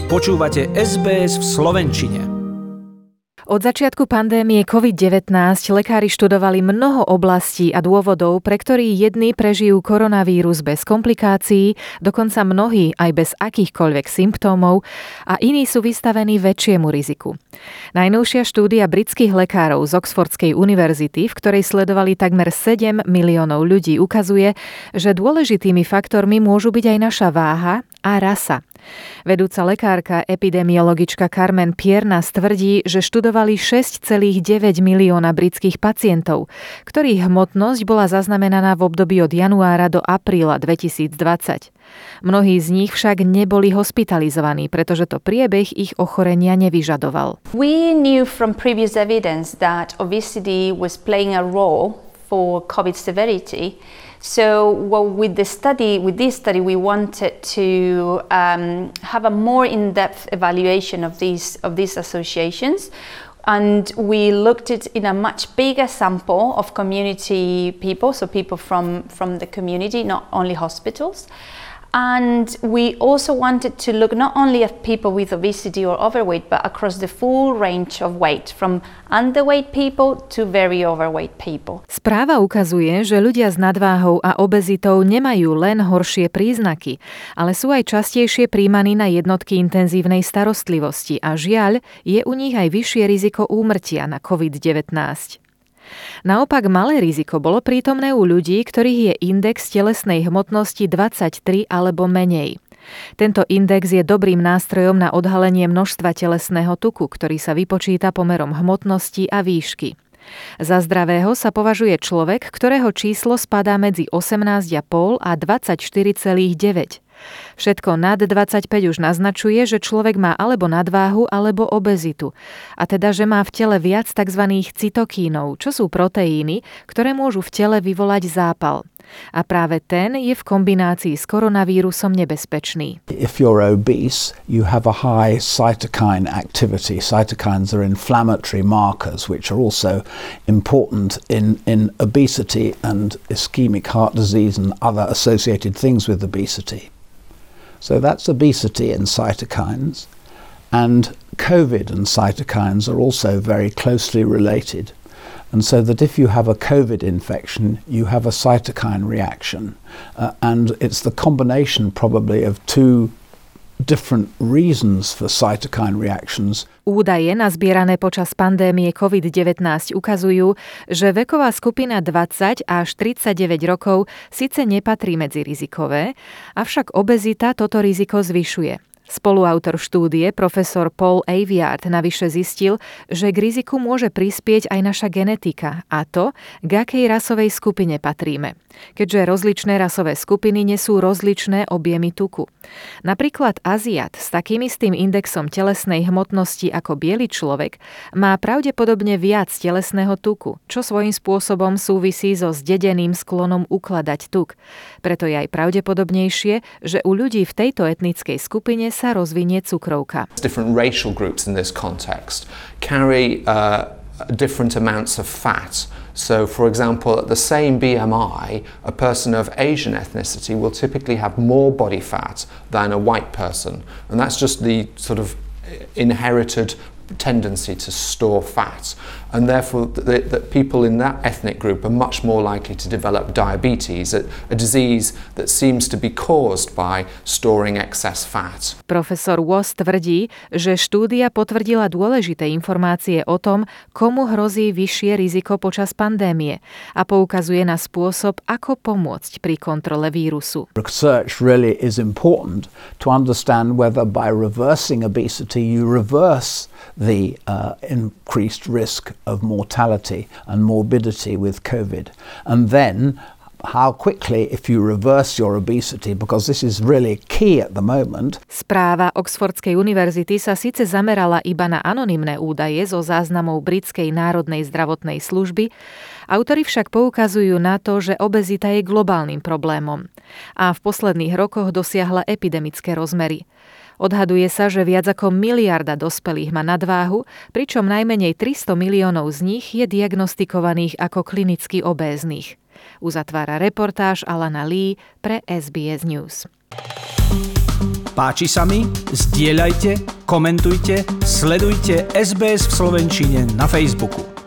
Počúvate SBS v slovenčine. Od začiatku pandémie COVID-19 lekári študovali mnoho oblastí a dôvodov, pre ktorých jedni prežijú koronavírus bez komplikácií, dokonca mnohí aj bez akýchkoľvek symptómov a iní sú vystavení väčšiemu riziku. Najnovšia štúdia britských lekárov z Oxfordskej univerzity, v ktorej sledovali takmer 7 miliónov ľudí, ukazuje, že dôležitými faktormi môžu byť aj naša váha a rasa. Vedúca lekárka epidemiologička Carmen Piernas tvrdí, že študovali 6,9 milióna britských pacientov, ktorých hmotnosť bola zaznamenaná v období od januára do apríla 2020. Mnohí z nich však neboli hospitalizovaní, pretože to priebeh ich ochorenia nevyžadoval. We knew from previous evidence that obesity was playing a role for COVID severity. So with this study, we wanted to have a more in-depth evaluation of these associations, and we looked at in a much bigger sample of community people, so people from the community, not only hospitals. And we also wanted to look not only at people with obesity or overweight, but across the full range of weight, from underweight people to very overweight people. Správa ukazuje, že ľudia s nadváhou a obezitou nemajú len horšie príznaky, ale sú aj častejšie prijímaní na jednotky intenzívnej starostlivosti a žiaľ, je u nich aj vyššie riziko úmrtia na COVID-19. Naopak malé riziko bolo prítomné u ľudí, ktorých je index telesnej hmotnosti 23 alebo menej. Tento index je dobrým nástrojom na odhalenie množstva telesného tuku, ktorý sa vypočíta pomerom hmotnosti a výšky. Za zdravého sa považuje človek, ktorého číslo spadá medzi 18,5 a 24,9. Všetko nad 25 už naznačuje, že človek má alebo nadváhu, alebo obezitu. A teda, že má v tele viac tzv. Cytokínov, čo sú proteíny, ktoré môžu v tele vyvolať zápal. A práve ten je v kombinácii s koronavírusom nebezpečný. If you're obese, you have a high cytokine activity. Cytokines are inflammatory markers which are also important in obesity and ischemic heart disease and other associated things with obesity. So that's obesity and cytokines, and COVID and cytokines are also very closely related. And so that if you have a COVID infection, you have a cytokine reaction. And it's the combination probably of two different reasons for cytokine reactions. Údaje nazbierané počas pandémie COVID-19 ukazujú, že veková skupina 20 až 39 rokov síce nepatrí medzi rizikové, avšak obezita toto riziko zvyšuje. Spoluautor štúdie, profesor Paul Aviard, navyše zistil, že k riziku môže prispieť aj naša genetika a to, k akej rasovej skupine patríme. Keďže rozličné rasové skupiny nesú rozličné objemy tuku. Napríklad Aziat s takým istým indexom telesnej hmotnosti ako biely človek má pravdepodobne viac telesného tuku, čo svojím spôsobom súvisí so zdedeným sklonom ukladať tuk. Preto je aj pravdepodobnejšie, že u ľudí v tejto etnickej skupine sa rozvinie cukrovka. Different racial groups in this context carry different amounts of fat. So, for example, at the same BMI, a person of Asian ethnicity will typically have more body fat than a white person. And that's just the sort of inherited tendency to store fat, and therefore that people in that ethnic group are much more likely to develop diabetes, a disease that seems to be caused by storing excess fat. Profesor Woss tvrdí, že štúdia potvrdila dôležité informácie o tom, komu hrozí vyššie riziko počas pandémie a poukazuje na spôsob, ako pomôcť pri kontrole vírusu. Research really is important to understand whether by reversing obesity you reverse the increased risk of mortality and morbidity with COVID. And then how quickly, if you reverse your obesity, because this is really key at the moment. Správa Oxfordskej univerzity sa síce zamerala iba na anonymné údaje zo záznamov Britskej národnej zdravotnej služby, autori však poukazujú na to, že obezita je globálnym problémom a v posledných rokoch dosiahla epidemické rozmery. Odhaduje sa, že viac ako miliarda dospelých má nadváhu, pričom najmenej 300 miliónov z nich je diagnostikovaných ako klinicky obéznych. Uzatvára reportáž Alana Lee pre SBS News. Páči sa mi? Zdieľajte, komentujte, sledujte SBS v slovenčine na Facebooku.